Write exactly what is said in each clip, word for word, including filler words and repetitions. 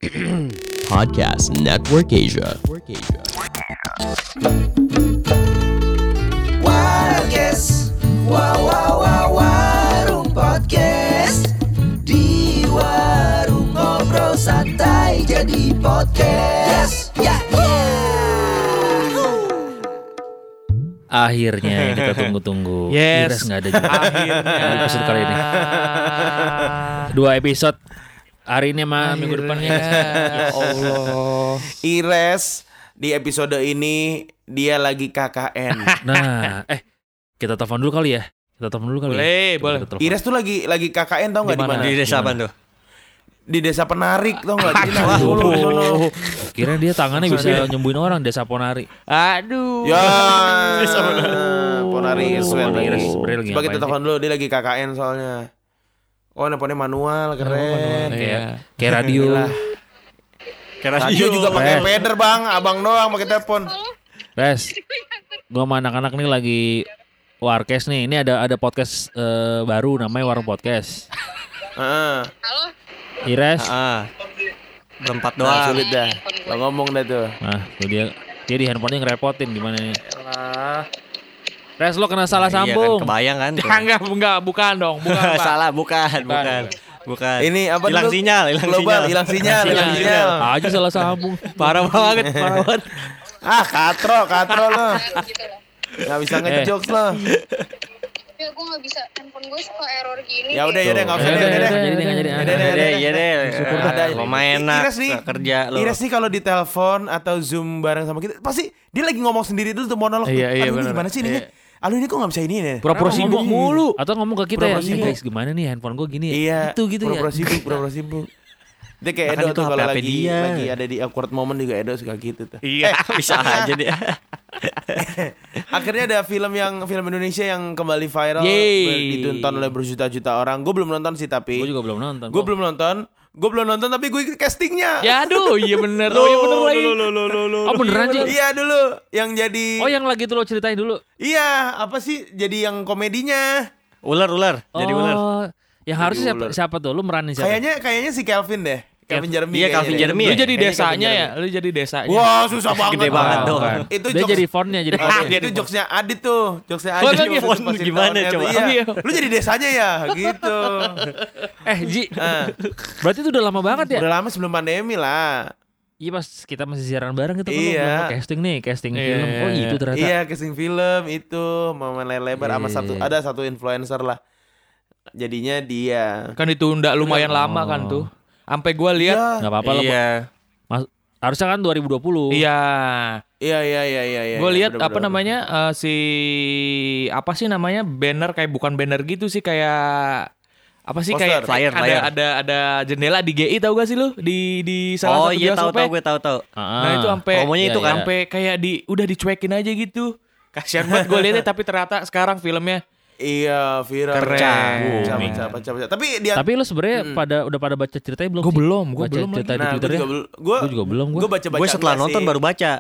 Podcast Network Asia. Warges, wow wow wow warung podcast. Di warung ngobrol santai jadi podcast. Ya yeah. Akhirnya yang kita tunggu-tunggu. Yes. Iras nggak ada juga. Akhirnya Di episode kali ini. Dua episode hari ini sama minggu depannya. Ya Allah. Ires di episode ini dia lagi K K N. Nah, eh kita telepon dulu kali ya. Kita telepon dulu kali. Boleh, ya. Coba boleh. kita telepon. Ires tuh lagi lagi K K N tau nggak di mana? Di desa apa tuh? Di desa Penarik tau nggak? Di Wah, dulu di sono. kira dia tangannya bisa nyembuhin orang desa Ponari. Aduh. Ya, Ponari Sweat Ponari, lagi. sebenarnya lagi Coba kita ngapain telepon dulu, dia lagi K K N soalnya. Oh, nelponnya manual, keren. manual, Kayak Iya. kayak radio. Radio juga pakai peder bang, abang doang pakai telepon. Res, gua sama anak-anak nih lagi Warkes nih. Ini ada ada podcast eh, baru namanya Warung Podcast. Heeh. Ires. Ah, berempat Nah, doang. sulit dah. Lo ngomong dah tuh. Nah, tuh dia dia di handphonenya ngerepotin gimana nih? Res, lo kena salah Iya kan, sambung. kebayang kan? tuh. Ya, enggak, enggak, bukan dong, bukan Pak. Salah, bukan, bukan, bukan. Ini apa hilang dulu? sinyal, hilang Global, sinyal. hilang sinyal, hilang sinyal. Aja salah sambung. Parah banget, parah banget. Ah, katro, katro lo. Nggak bisa ngejokes lo. Ya gue gak bisa, handphone gue suka error gini. Ya udah, ya udah, nggak usah Ya deh, udah, udah deh. ya udah, jadi nggak jadi. Udah, Iya udah, deh, iya deh. Syukur ada. Mau main enak, Ires nih, kerja lo. Ires nih kalau ditelepon atau zoom bareng sama kita, pasti dia lagi ngomong sendiri dulu tuh monolog. Iya, iya, Aduh, ini benar. gimana sih ini? Iya. Aduh, ini kok nggak bisa ini nih? Pura-pura Karena sibuk ngomong- mulu. Atau ngomong ke kita ya, Pura-pura "Ih, sibuk." guys, gimana nih handphone gue gini ya?" Iya, Itu gitu ya. pura-pura sibuk, pura-pura sibuk. Dia kayak Nah, kan Edo itu tuh kalau H P lagi dia. lagi ada di awkward moment juga Edo suka gitu tuh. Iya, bisa aja deh. Akhirnya ada film yang film Indonesia yang kembali viral, Yeay. ber- ditonton oleh berjuta-juta orang. Gue belum nonton sih tapi. Gue juga belum nonton. Gue belum nonton. Gue belum nonton tapi gue ikut castingnya. Ya aduh, iya bener. Oh, iya bener lagi. Oh beneran sih? Iya dulu yang jadi. Oh yang lagi tuh lo ceritain dulu. Iya, apa sih jadi yang komedinya? Ular, ular, jadi ular. Oh, yang harusnya siapa, ular. siapa tuh? Lu meranin siapa? Kayaknya kayaknya si Kelvin deh. Kelvin Jeremy. Iya, kayaknya Calvin deh. Jeremy. Lu Iya, jadi Kayaknya desanya Calvin ya, lu jadi desanya. Wah, susah banget. Gede banget Bang. dong. Itu Dia jokes- jadi fontnya, jadi Oh, fontnya. itu jokesnya Adit tuh, jokesnya Oh, Adit. emang Waktu iya? pas Font di gimana tahunnya coba? tuh, Iya. Oh, iya. Lu jadi desanya ya, gitu. Eh Ji, Ah, berarti itu udah lama banget ya? udah lama sebelum pandemi lah. Iya pas kita masih siaran bareng kita kan Iya. belum casting nih, casting Iya. film. Oh itu ternyata. Iya, casting film itu momen lebar sama Iya. satu ada satu influencer lah. Jadinya dia. Kan ditunda lumayan Oh. lama kan tuh. Sampai gua lihat. Iya. Gak apa-apa lah. Iya. Mas, harusnya kan dua ribu dua puluh. Iya. Iya, iya, iya, iya, iya. Gue iya, lihat bener, apa bener, namanya eh, si apa sih namanya banner kayak bukan banner gitu sih kayak apa sih Poster. kayak Flyer, ada flyer. ada ada jendela di G I tahu gak sih lu di di salah Oh satu iya, tahu bioskopnya. tahu gue tahu tahu. Nah itu sampai Promonya itu kan? sampai kayak di udah dicuekin aja gitu. Kasihan banget gue liatnya tapi ternyata sekarang filmnya Iya, viral. Keren. Pecah, Booming. pecah, pecah, pecah. Tapi dia Tapi lu sebenarnya pada udah pada baca ceritanya belum? Gua sih? belum, gua baca belum cerita di Nah, gue Twitternya. juga belum. Gue Gua juga belum, gua. Gue baca-baca. Gue setelah enggak nonton sih. baru baca.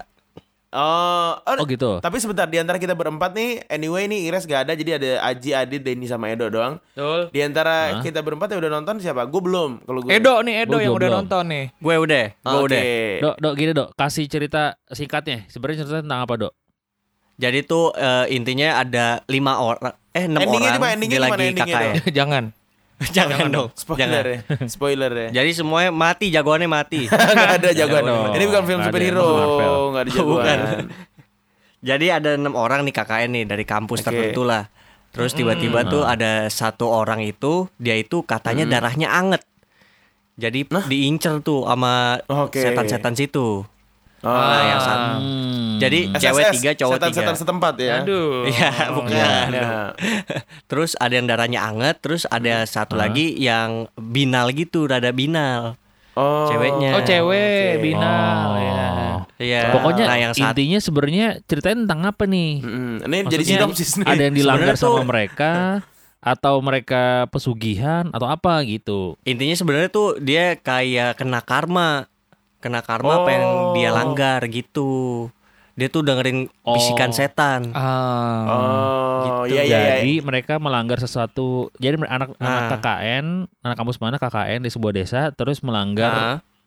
Oh, oh, Oh gitu. Tapi sebentar, di antara kita berempat nih, anyway nih Ires gak ada, jadi ada Aji, Adit, Denny sama Edo doang. betul. Di antara Hah? kita berempat yang udah nonton siapa? Gue belum. Kalau gue. Edo nih Edo Gua yang juga udah belum. nonton nih. Gue udah, gue Oke. udah. Dok, dok gini dok, kasih cerita singkatnya. Sebenarnya cerita tentang apa dok? Jadi tuh eh, intinya ada lima orang, eh enam Endingnya orang. gimana? Endingnya dia gimana lagi endingnya, K K N. dong? Jangan. Jangan dong, Spoiler jangan. ya. Spoiler ya. Jadi semuanya mati, jagoannya mati. Gak ada jagoan. dong. Ini bukan film Nggak ada, superhero. Marvel. Gak ada jagoan. Bukan. Jadi ada enam orang nih K K N nih dari kampus Oke. tertentu lah. Terus tiba-tiba tuh ada satu orang itu, dia itu katanya darahnya anget. Jadi diincer tuh sama Oke. setan-setan situ. Oh, Nah, yang satu. Hmm. Jadi S S S, cewek tiga, cowok tiga. setan-setan setempat ya. Aduh. Iya, bukan. Nah, Terus ada yang darahnya anget, terus ada satu lagi yang binal gitu, rada binal. oh. Ceweknya. Oh cewek Oke. binal Oh. ya. Iya. Pokoknya nah, yang saat intinya sebenarnya ceritanya tentang apa nih? Mm-mm. Ini jadi Maksudnya sinopsis nih. ada yang dilanggar Sebenarnya sama tuh- mereka atau mereka pesugihan atau apa gitu. intinya sebenarnya tuh dia kayak kena karma. Kena karma apa yang Oh. dia langgar gitu. Dia tuh dengerin bisikan Oh. setan. Ah. Oh, Gitu. iya iya iya. Jadi mereka melanggar sesuatu. Jadi anak anak Nah. K K N, anak kampus mana K K N di sebuah desa terus melanggar Nah,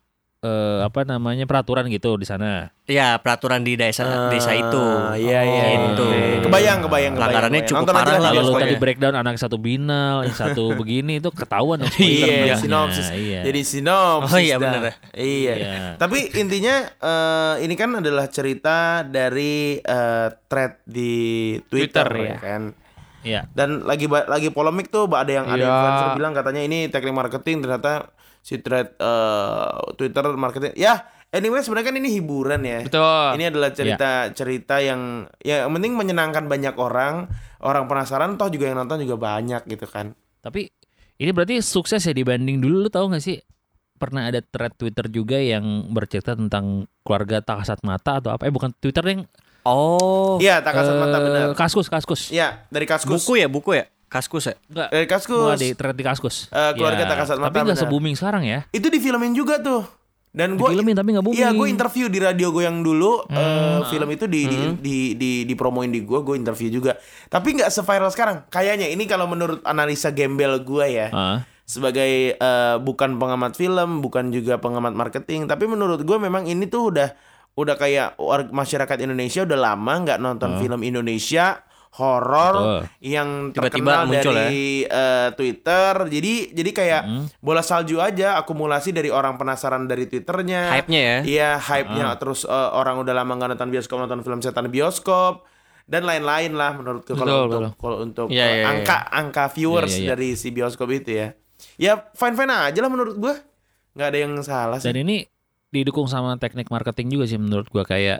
eh, apa namanya peraturan gitu di sana. Ya peraturan di desa Ah, desa itu. Iya iya. Gitu. Kebayang kebayang kebayang. Pelanggarannya kebayang. cukup Nonton aja parah lah lah. Kalau bioskopnya. tadi breakdown anak satu binal, yang satu begini itu ketahuan dong. Iya, spoilernya. sinopsis. Iya. Jadi sinopsis. Oh iya, dah. bener ya. Iya. Iya. Tapi intinya eh, ini kan adalah cerita dari eh, thread di Twitter, Twitter, ya ya. kan. Iya. Dan lagi ba- lagi polemik tuh, ada yang ada Iya. influencer bilang katanya ini teknik marketing, ternyata si thread eh, Twitter marketing. Ya, anyway sebenarnya kan ini hiburan ya. Betul. Ini adalah cerita-cerita yang ya yang penting menyenangkan banyak orang, orang penasaran, toh juga yang nonton juga banyak gitu kan. Tapi ini berarti sukses ya dibanding dulu. Lu tahu nggak sih pernah ada thread Twitter juga yang bercerita tentang keluarga tak kasat mata atau apa? Eh bukan Twitter yang Oh. Iya, tak kasat mata eh, benar. Kaskus, Kaskus. Iya, dari Kaskus. Buku ya, buku ya. Kaskus ya. Enggak. Dari Kaskus. Wah, di thread di Kaskus. Eh, keluarga Ya, tak kasat mata, Tapi nggak benar. se-booming sekarang ya. Itu difilmin juga tuh. Dan gue Difilmin tapi nggak booming. Iya, gue interview di radio gue yang dulu. Hmm. eh, film itu di, di, di, di, dipromoin di gue, gue interview juga. Tapi nggak se-viral sekarang. Kayaknya ini kalau menurut analisa gembel gue ya. Ah. Sebagai eh, bukan pengamat film, bukan juga pengamat marketing, tapi menurut gue memang ini tuh udah udah kayak war- masyarakat Indonesia udah lama nggak nonton film Indonesia horor Betul. yang Tiba-tiba terkenal muncul dari eh, Twitter. Jadi jadi kayak Hmm. bola salju aja, akumulasi dari orang penasaran dari Twitternya. Hype-nya ya. Iya, hype-nya. Terus eh, orang udah lama nggak nonton bioskop, nonton film setan di bioskop dan lain-lain lah menurutku kalau Betul, untuk betul. kalau untuk Iya, eh, iya, iya. angka angka viewers Iya, iya, iya. dari si bioskop itu ya. Ya fine-fine aja lah menurut gua. Nggak ada yang salah sih. Dan ini didukung sama teknik marketing juga sih menurut gua, kayak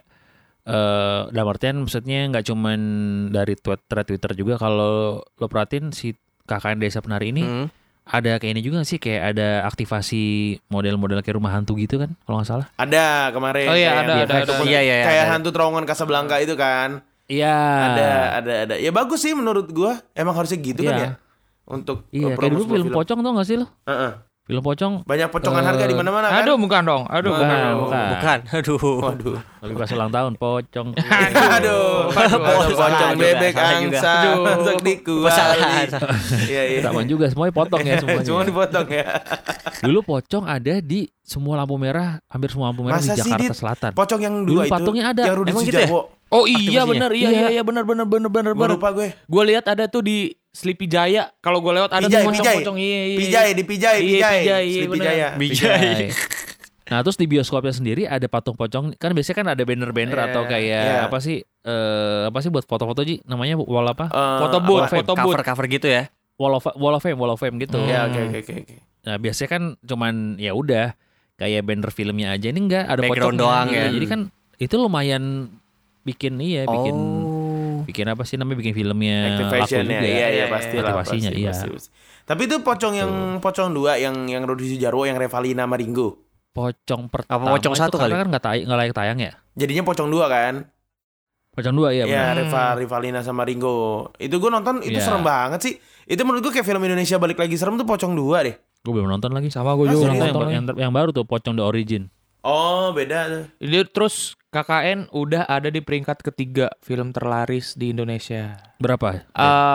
eh dalam artian maksudnya nggak cuman dari tweet thread Twitter juga. Kalau lo perhatiin si K K N Desa Penari ini Hmm. ada kayak ini juga nggak sih, kayak ada aktivasi model-model kayak rumah hantu gitu kan kalau nggak salah. Ada kemarin. Oh iya, kayak ada, hantu- ada, ada. Iya, iya, Kayak ada. hantu terowongan Casablanca itu kan. Iya. Ada, ada, ada. Ya bagus sih menurut gua. Emang harusnya gitu kan Iya. ya. Untuk Iya, uh, kayak dulu promo film Pocong tau gak sih lo? Heeh. Film Pocong Banyak pocongan Eh, harga di mana-mana kan. Aduh, bukan dong. Aduh, bukan, bukan. bukan. Bukan. Aduh. Waduh. Lagi pas ulang tahun Pocong. Aduh. Salah Pocong juga, bebek salah juga. angsa. Aduh. Untuk Oh, dikuali. salah, Iya, iya. Sama juga semuanya potong ya semuanya. Cuma dipotong ya. Dulu Pocong ada di semua lampu merah, hampir semua lampu merah Masa di sih, Jakarta Dit? Selatan. Pocong yang Dulu dua itu. patungnya ada. Yang Rudi Emang gitu ya? Sujarwo. Oh iya Aktivasinya. benar, iya Iya. iya iya benar benar benar benar Gua benar. lupa gue. Gue lihat ada tuh di Sleepy Jaya. Kalau gue lewat ada Pijay, tuh Pijay. pocong-pocong. Iya, iya. Pijay, di Pijay, Iya, Pijay. Pijay, iya, Sleepy benar. Jaya. Bijay. Nah terus di bioskopnya sendiri ada patung pocong. Kan biasanya kan ada banner-banner Iya, atau kayak iya. apa sih? eh apa sih buat foto-foto Ji? Namanya wall apa? Eh, Foto booth, apa? foto booth. Cover-cover gitu ya. Wall of wall of fame, wall of fame gitu. Ya, oke oke oke oke. Nah biasanya kan cuman ya udah kayak banner filmnya aja, ini enggak ada Background pocongnya. doang Iya, ya. Jadi kan itu lumayan bikin iya bikin Oh. bikin apa sih namanya, bikin filmnya Activation laku ya. juga. Iya iya Iya, pasti iya. lah. Motivasinya, pasti, iya. pasti, pasti. Tapi itu pocong yang pocong dua yang yang Rudi Sujarwo yang Revalina Maringgo. Pocong pertama Apa pocong itu satu karena kali? kan nggak tay- nggak layak tayang ya. Jadinya pocong dua kan? Pocong dua ya. Ya, benar. Reva Rivalina sama Ringo. Itu gue nonton itu Iya. serem banget sih. Itu menurut gue kayak film Indonesia balik lagi serem tuh Pocong dua deh. Gue belum nonton lagi. Sama gue Ah, juga Nonton serius? yang, nonton. yang, yang baru tuh Pocong The Origin. Oh, beda tuh. Ini terus K K N udah ada di peringkat ketiga film terlaris di Indonesia. Berapa?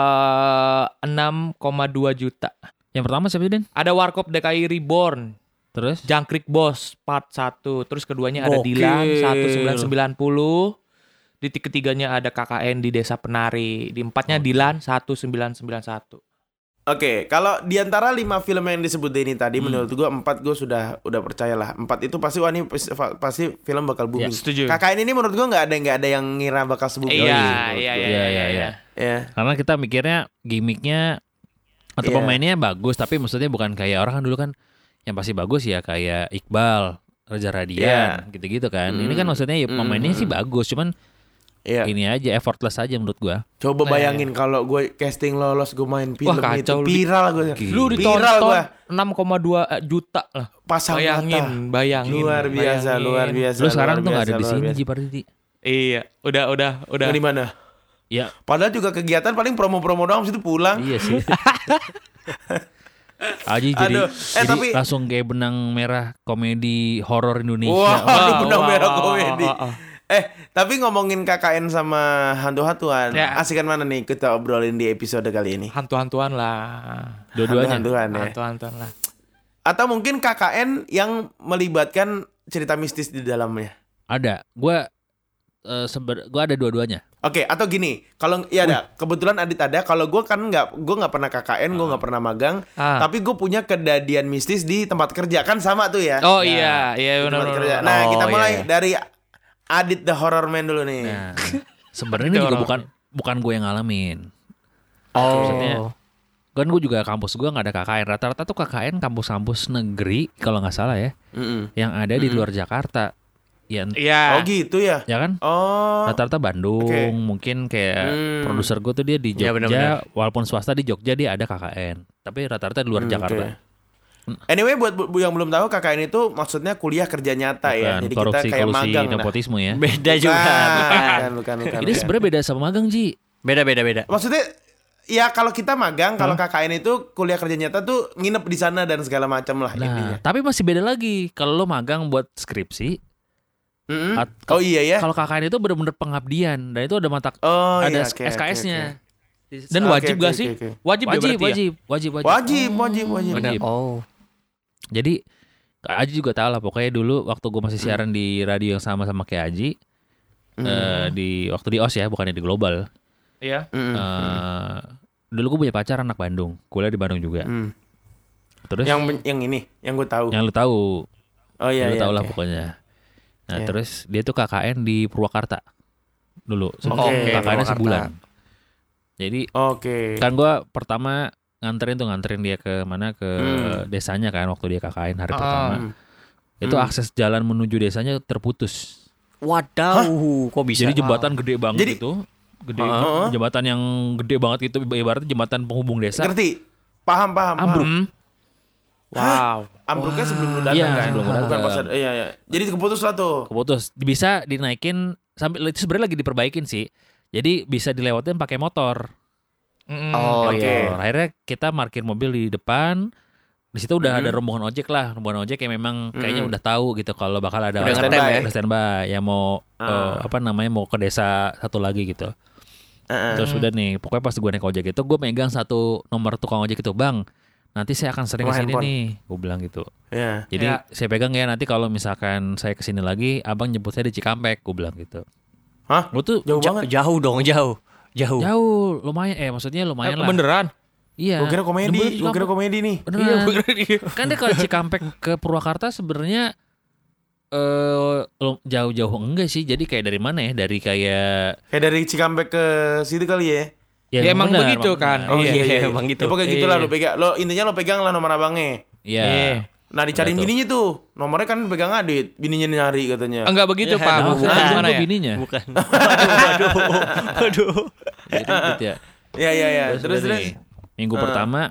Eh enam koma dua juta. Yang pertama siapa sih Den? Ada Warkop D K I Reborn, Terus? Jangkrik Boss part satu. Terus keduanya ada Gokil. Dilan satu sembilan sembilan nol. Di ketiganya ada K K N di Desa Penari. Di empatnya Dilan satu sembilan sembilan satu. Oke, kalau di antara lima film yang disebut Denny tadi, Hmm. menurut gue empat gue sudah udah percayalah. Empat itu pasti wah ini pasti, pasti film bakal booming. Ya, setuju. K K N ini menurut gue nggak ada nggak ada yang ngira bakal se-booming Iya, ini, iya, menurut iya, gua. Iya, iya, iya. Ya. Karena kita mikirnya gimmicknya atau Iya. pemainnya bagus, tapi maksudnya bukan kayak orang kan dulu kan yang pasti bagus ya kayak Iqbal, Reza Radian, Iya. gitu-gitu kan. Mm. Ini kan maksudnya ya Mm, pemainnya mm, sih mm. bagus, cuman Iya. ini aja effortless aja menurut gua. Coba Nah, bayangin kalau gue casting lolos gue main film Wah, itu kacau. viral gue. Lu viral ditonton gue. enam koma dua juta lah. Pasang Bayangin, mata. bayangin. Luar biasa, bayangin. luar biasa. Lu sekarang luar tuh nggak ada biasa, di luar sini biasa. Ji Parditi. Iya, udah udah udah. Nggak di mana? Ya, Padahal juga kegiatan paling promo-promo doang habis itu pulang. iya sih. Aji jadi, Aduh, eh, jadi tapi- langsung kayak benang merah komedi horor Indonesia. Wah, Wah, ini benang wah, merah wah, komedi. wah, wah. Eh, tapi ngomongin K K N sama hantu-hantuan, Ya. asikan mana nih kita obrolin di episode kali ini? Hantu-hantuan lah. dua-duanya. Hantu-hantuan ya. Hantu-hantuan lah. Atau mungkin K K N yang melibatkan cerita mistis di dalamnya? Ada. Gue uh, seber, gue ada dua-duanya. Oke, atau gini, kalau ya ada, kebetulan Adit ada. Kalau gue kan nggak, gue nggak pernah K K N, gue nggak pernah magang, Ah. tapi gue punya kejadian mistis di tempat kerja, kan sama tuh ya. Oh Nah, iya, iya di tempat benar kerja. benar. Nah, Oh, kita iya, mulai iya. dari Adit the Horror Man dulu nih. Nah, sebenarnya ini juga bukan bukan gue yang ngalamin. Oh. Maksudnya, kan gue juga kampus gue nggak ada K K N. Rata-rata tuh K K N kampus-kampus negeri kalau nggak salah ya, Mm-mm. yang ada di luar Jakarta. Ya, Iya. Oh gitu ya. ya kan? Oh. Rata-rata Bandung, Oke. mungkin kayak Hmm. produser gue tuh dia di Ya, Jogja, benar-benar. walaupun swasta di Jogja dia ada K K N. Tapi rata-rata di luar Hmm, Jakarta. oke. Anyway, buat bu- yang belum tahu K K N itu maksudnya kuliah kerja nyata ya. Bukan Jadi korupsi, kita kayak kolusi, magang. nah. nepotisme ya. Beda Bukan, juga. bukan, bukan, bukan, Ini bukan. sebenarnya beda sama magang, Ji. Beda beda beda. Maksudnya ya kalau kita magang, kalau K K N itu kuliah kerja nyata tuh nginep di sana dan segala macam lah intinya. Nah, tapi masih beda lagi. Kalau lo magang buat skripsi, Mm-mm. at- Oh iya ya. kalau K K N itu benar-benar pengabdian dan itu ada mata Oh ada iya, oke, S K oke, S-nya. Dan Oke, wajib oke, gak oke, sih? oke. Wajib, ya Wajib, berarti ya? wajib, wajib, wajib. Wajib, wajib, wajib. Wajib. Oh. Jadi Kak Aji juga tahu lah, pokoknya dulu waktu gue masih siaran di radio yang sama sama kayak Aji, eh, di waktu di O S ya, bukannya di Global. Iya. Mm-mm. Eh, dulu gue punya pacar anak Bandung, kuliah di Bandung juga. Mm. Terus Yang yang, yang ini, yang gue tahu. lu tahu, Oh iya lu iya. tahu lah oke. pokoknya. Nah Iya. terus dia tuh K K N di Purwakarta dulu, Oke, K K N-nya Purwakarta. sebulan. Jadi Oke. kan gue pertama nganterin tuh nganterin dia ke mana ke Hmm. desanya kan waktu dia K K N hari Ah. pertama. Hmm. Itu Hmm. akses jalan menuju desanya terputus. Wadaw, kok bisa? Jadi jembatan gede banget Jadi- itu, gede Heeh. jembatan yang gede banget gitu, ibaratnya jembatan penghubung desa. Ngerti? Paham, paham, paham. Ambruk. Hmm. Wow. Ambruknya sebelum lu datang Iya, kan? sebelum gua Bukan datang. pas ada- iya, iya. Jadi keputus lah tuh. Keputus. Bisa dinaikin sampai itu sebenarnya lagi diperbaikin sih. Jadi bisa dilewatin pakai motor. Mm-mm. Oh Oke. iya. Akhirnya kita parkir mobil di depan. Di situ udah Hmm. ada rombongan ojek lah, rombongan ojek yang memang kayaknya Hmm. udah tahu gitu kalau bakal ada Udah orang standby ya? udah standby yang mau Ah. eh, apa namanya mau ke desa satu lagi gitu. Heeh. Terus udah nih, pokoknya pas gue naik ojek itu gue megang satu nomor tukang ojek itu, "Bang, nanti saya akan sering Oh, kesini handphone. nih," gue bilang gitu. Iya. Jadi Ya. saya pegang ya, nanti kalau misalkan saya kesini lagi, abang jemput saya di Cikampek, gue bilang gitu. Hah? Gue tuh Jauh Ja- banget. Jauh dong, jauh. Jauh. jauh, lumayan, eh maksudnya lumayan Eh, lah. beneran? Iya. Gue kira komedi, Jemput di gue kira Cikampek. komedi nih. Beneran. Iya, beneran. Kan deh kalau Cikampek ke Purwakarta sebenarnya eh lo- jauh-jauh enggak sih. Jadi kayak dari mana ya? Dari kayak Kayak dari Cikampek ke situ kali ya. Ya, emang benar, begitu emang kan. benar. Oh, iya, iya, emang gitu. Ya, pokoknya gitulah Iya. lo pegang. Lo intinya lo pegang lah nomor abangnya. Iya. Iya. Nah dicariin Betul. bininya tuh. Nomornya kan pegang Adit. Bininya nyari katanya. Enggak begitu, Ya, Pak. nah, Maksudnya Bukan, gimana gua ya? bininya. Bukan. Waduh, waduh, waduh. Gitu, gitu ya. Iya iya iya. Terus, Terus udah terus. nih, minggu Ah. pertama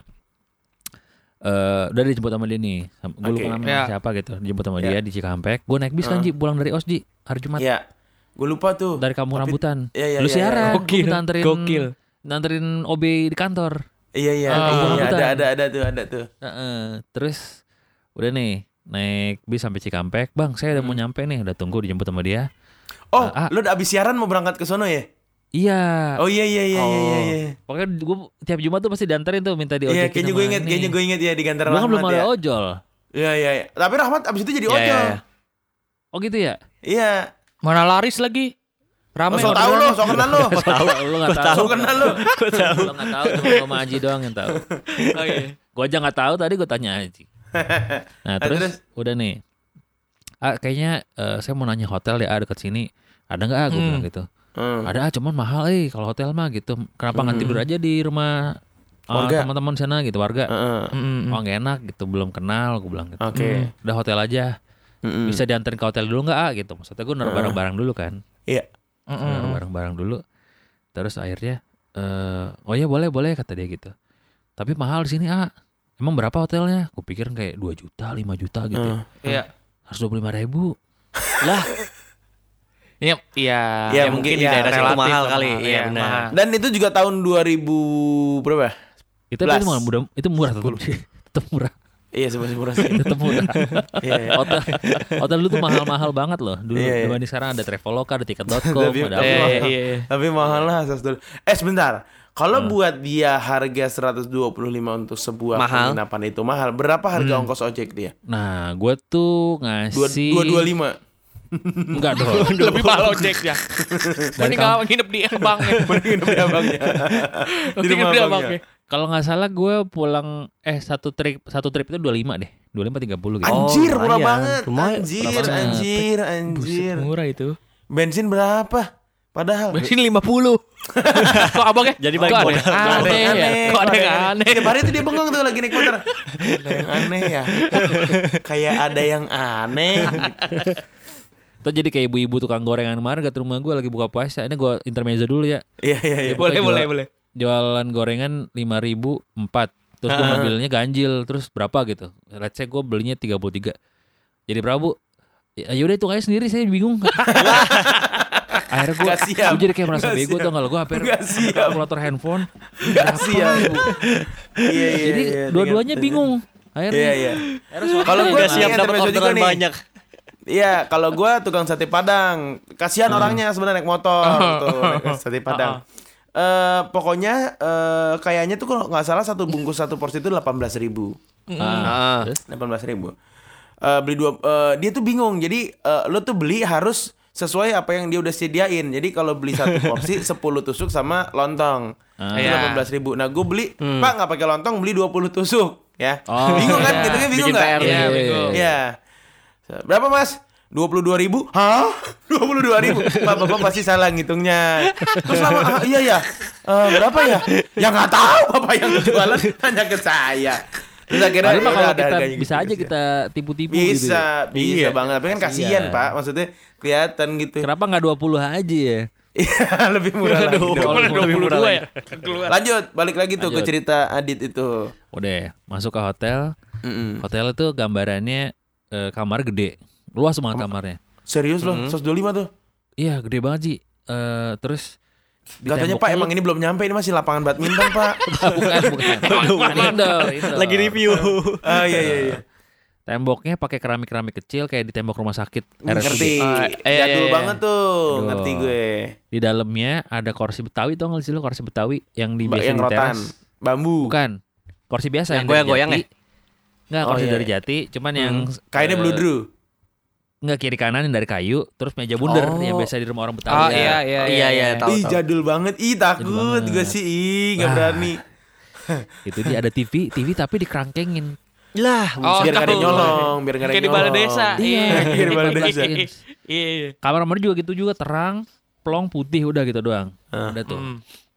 eh udah dijemput sama dia nih. Gue Oke. lupa namanya Ya. siapa gitu. Dijemput sama Ya. dia di Cikampek. Gue naik bis kan Ah. Ji, pulang dari O S Ji hari Jumat. Iya. Gue lupa tuh. Dari Kampung Tapi- Rambutan. Iya, iya, Lu iya, siaran, iya. gue Gokil, minta anterin gokil. Nanterin O B di kantor. Iya iya. Ah, iya, iya. Rambutan. Ada ada ada tuh ada tuh. Heeh. Terus udah nih naik bis sampai Cikampek. Bang, saya udah mau nyampe nih, udah tunggu dijemput sama dia. Oh, Ah, ah. lo udah abis siaran mau berangkat ke sono ya? Iya. Oh iya iya iya iya iya. iya. Pokoknya gue tiap Jumat tuh pasti dianterin tuh minta Iya, diojekin. kayaknya gue inget, kayaknya gue inget ya di kantor Gue kan Rahmat belum ada ya. ojol. Iya iya. iya. Tapi Rahmat abis itu jadi Iya, ojol. iya, Oh gitu ya? Iya. Mana laris lagi? Oh, Rame so tau lo, so kenal lo. Tahu, lu nggak tahu. So kenal lo. Gue tahu. Lu nggak tahu, cuma sama Aji doang yang tahu. Oh iya. Gue aja nggak tahu, tadi gue tanya Aji. Nah terus, terus? udah nih. Ah kayaknya eh, saya mau nanya hotel ya, ah, dekat sini. Ada nggak? Ah, gue Hmm. bilang gitu. Hmm. Ada, ah, cuman mahal eh kalau hotel mah gitu. Kenapa nggak Hmm. tidur aja di rumah ah, Warga. teman-teman sana gitu, warga. Heeh. Mm-mm. Oh nggak enak gitu, belum kenal, gue bilang gitu. Oke. Udah hotel aja. Mm-mm. Bisa dianterin ke hotel dulu nggak ah gitu. Maksudnya gue naruh barang-barang dulu kan. Iya. Mm-mm. Naruh barang-barang dulu. Terus akhirnya eh oh ya boleh boleh kata dia gitu. Tapi mahal di sini ah. Emang berapa hotelnya? Gue pikir kayak dua juta, lima juta gitu. Hmm. Ya. Iya. Harus dua puluh lima ribu. Lah, Iya, iya. Ya, ya mungkin di ya, daerah situ relatif mahal lah, kali. mahal, Iya iya, benar. mahal. Dan itu juga tahun dua ribu berapa? Itu tapi itu Belas. murah, murah, itu murah tetap, tetap murah, Iya sebenarnya murah sih. tetap murah. Iya. iya. Hotel, hotel dulu tuh mahal-mahal banget loh. Dulu Iya, iya. dibanding sekarang ada Traveloka, ada tiket dot com, Tapi- ada tapi apa. mahal. Iya, iya. Tapi mahal lah asas dulu. Eh sebentar. Kalau buat dia harga seratus dua puluh lima untuk sebuah Mahal. penginapan itu mahal. Berapa harga Hmm. ongkos ojek dia? Nah, gue tuh Dua ngasih dua dua lima. enggak dong. Lebih mahal ojeknya. Mending nggak nginep di abangnya. Nginep di abangnya. Di Nginep rumah di abangnya. abangnya. Kalau nggak salah gue pulang eh satu trip satu trip itu dua puluh lima deh. dua puluh lima tiga puluh gitu. Oh, Anjir, murah lumayan. banget. Lumayan. Anjir, Murah banget. anjir, anjir. Buset, murah itu. Bensin berapa? Padahal Bensin lima puluh. Kok abangnya? Jadi Kok balik ada modal. yang aneh ya? Kok ada yang aneh? Tiap hari tuh dia bengong tuh lagi naik motor. Ada yang aneh ya. Kayak ada yang aneh. Tuh jadi kayak ibu-ibu tukang gorengan kemarin ke rumah gue lagi buka puasa. Ini gue intermezzo dulu ya. Iya iya iya. Boleh, Jual- boleh, boleh. Jualan gorengan lima ribu empat. Terus gue ngambilnya ganjil. Terus berapa gitu. Let's say gue belinya tiga puluh tiga. Jadi berapa bu? Ya yaudah itu aja sendiri, saya bingung. Akhirnya gue Gak siap. jadi kayak merasa Gak bego siap. tuh kalau gue hampir Gak siap. kalkulator handphone. Gak siap. Iya iya. Jadi iya, dua-duanya ingat. bingung. Akhirnya Iya iya. akhirnya Kalau gue Gak siap dapat orderan banyak. Iya, kalau gue tukang sate Padang. Kasihan orangnya sebenarnya naik motor tuh, naik sate Padang. Eh pokoknya eh kayaknya tuh kalau nggak salah satu bungkus satu porsi itu delapan belas ribu. Ah, terus? delapan belas ribu. Eh beli dua, eh, dia tuh bingung. Jadi eh, lo tuh beli harus sesuai apa yang dia udah sediain. Jadi kalau beli satu porsi sepuluh tusuk sama lontong. Ah. Itu Iya. delapan belas ribu. Nah gue beli, Pak nggak pakai lontong, beli dua puluh tusuk. Ya, Oh, bingung kan? iya. Gitu kan bingung Bikin nggak? P R. Iya, bingung. Iya. Berapa mas? dua puluh dua ribu? Hah? dua puluh dua ribu? Pak, bapak pasti salah ngitungnya. Terus lama, ah, iya ya. Eh, berapa ya? Ya nggak tahu bapak yang jualan, tanya ke saya. Terus akhirnya Padahal mah ya kalau udah ada kita harganya bisa gitu. aja kita tipu-tipu gitu. Bisa, ya. bisa Iya. banget. Tapi kan kasihan Kasihan. pak, maksudnya kelihatan gitu. Kenapa nggak dua puluh aja ya? Iya, lebih murah lagi. dong. Kalau dua lebih puluh murah dua lagi. ya? Keluar. Lanjut, balik lagi tuh ke Lanjut. cerita Adit itu. Udah masuk ke hotel. Mm-mm. Hotel itu gambarannya eh, kamar gede, luas banget kamarnya. Serius loh, seratus dua puluh lima tuh. Iya gede banget sih. Eh, terus di Katanya temboknya pak, emang lu- ini belum nyampe, ini masih lapangan badminton pak. bukan bukan. bukan indoor, indoor. Lagi review. Ah iya iya iya. Temboknya pakai keramik-keramik kecil kayak di tembok rumah sakit R S U D. Ngerti. Ah, iya, Jadul iya, banget tuh, Aduh. ngerti gue. Di dalamnya ada kursi Betawi, tau nggak sih lo kursi Betawi yang di Ba- biasa yang di rotan, teras? bambu. Bukan. Kursi biasa Yang yang, dari goyang-goyang jati. Nggak, Oh, kursi iya. dari jati, cuman yang Kainnya eh, bludru. nggak kiri kanan yang dari kayu, terus meja bundar Oh. yang biasa di rumah orang Betawi. Oh ya. iya iya Iya iya tahu Ih tahu. jadul banget. Ih takut banget. gue sih. Ih nggak Wah. berani. Itu dia ada T V, T V tapi dikerangkengin. Lah, Oh, biar nggak ada yang tahu. nyolong, biar nggak ada Kayak yang di balai nyolong. desa. Iya, Kayak di balai empat belas desa. inch. Iya, iya. Kamar mandi juga gitu juga, terang, plong, putih, udah gitu doang. Ah. Udah tuh. Hmm.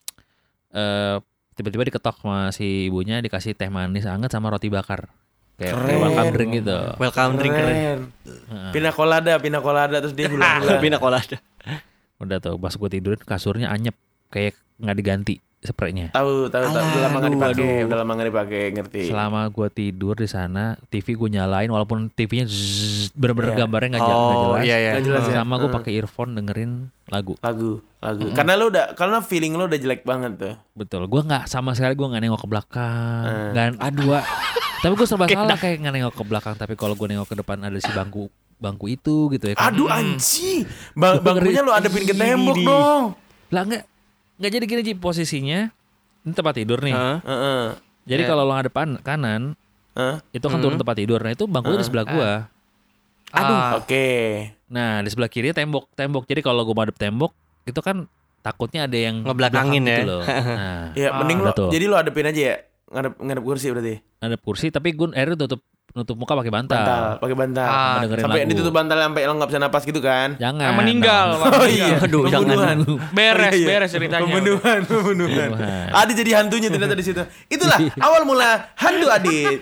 Eh, tiba-tiba diketok sama si ibunya, dikasih teh manis anget sama roti bakar. Kayak Keren. kayak welcome drink gitu. welcome drink keren. Keren. Pina colada, pina colada terus dia gula-gula. Pina colada. Udah tuh, pas gue tidurin kasurnya anyep, kayak nggak diganti spraynya. Tahu, tahu, tahu. Udah lama nggak Aduh, dipakai, aduh. udah lama nggak dipakai, ngerti. Selama gue tidur di sana, T V gue nyalain walaupun T V-nya zzz, bener-bener Iya. gambarnya nggak ja- nggak Oh jelas. iya iya. Nggak jelas ya. Sama gue Hmm. pakai earphone dengerin lagu. Lagu, lagu. Karena lu udah, karena feeling lu udah jelek banget tuh. Betul, gue nggak sama sekali gue nggak nengok ke belakang. Hmm. Dan aduh, tapi gue serba salah kayak nggak nengok ke belakang. Tapi kalau gue nengok ke depan ada si bangku bangku itu gitu ya. kan. Aduh anjing. Bang, Gua bangkunya ngeri- lu adepin ke tembok Ini. dong. Lah nggak nggak jadi gini Ji, posisinya. Ini tempat tidur nih. Hah? Heeh. Jadi Ya. kalau lo ngadep pan- kanan, Hah? itu kan turun tempat tidur. Nah itu bangkunya di sebelah gua. Aduh. Oke. Nah di sebelah kiri tembok tembok. Jadi kalau gua madep tembok itu kan takutnya ada yang Ngebelakangin belakang ya. gitu loh. Nah, Ya mending lu, udah tuh. jadi lu adepin aja ya. Ngadep ngadep kursi berarti. ada kursi tapi gue akhirnya tutup nutup muka pakai bantal. Bantal, pakai bantal. Ah, Dengerin Sampai lagu. ditutup bantal sampai lo nggak bisa napas gitu kan. Jangan. Ah, meninggal. Nah, Bang. Oh iya, Aduh, jangan. pembunuhan. Beres, Oh, iya. beres ceritanya. Pembunuhan, pembunuhan. Pembunuhan. Adi jadi hantunya ternyata di situ. Itulah awal mula hantu Adit.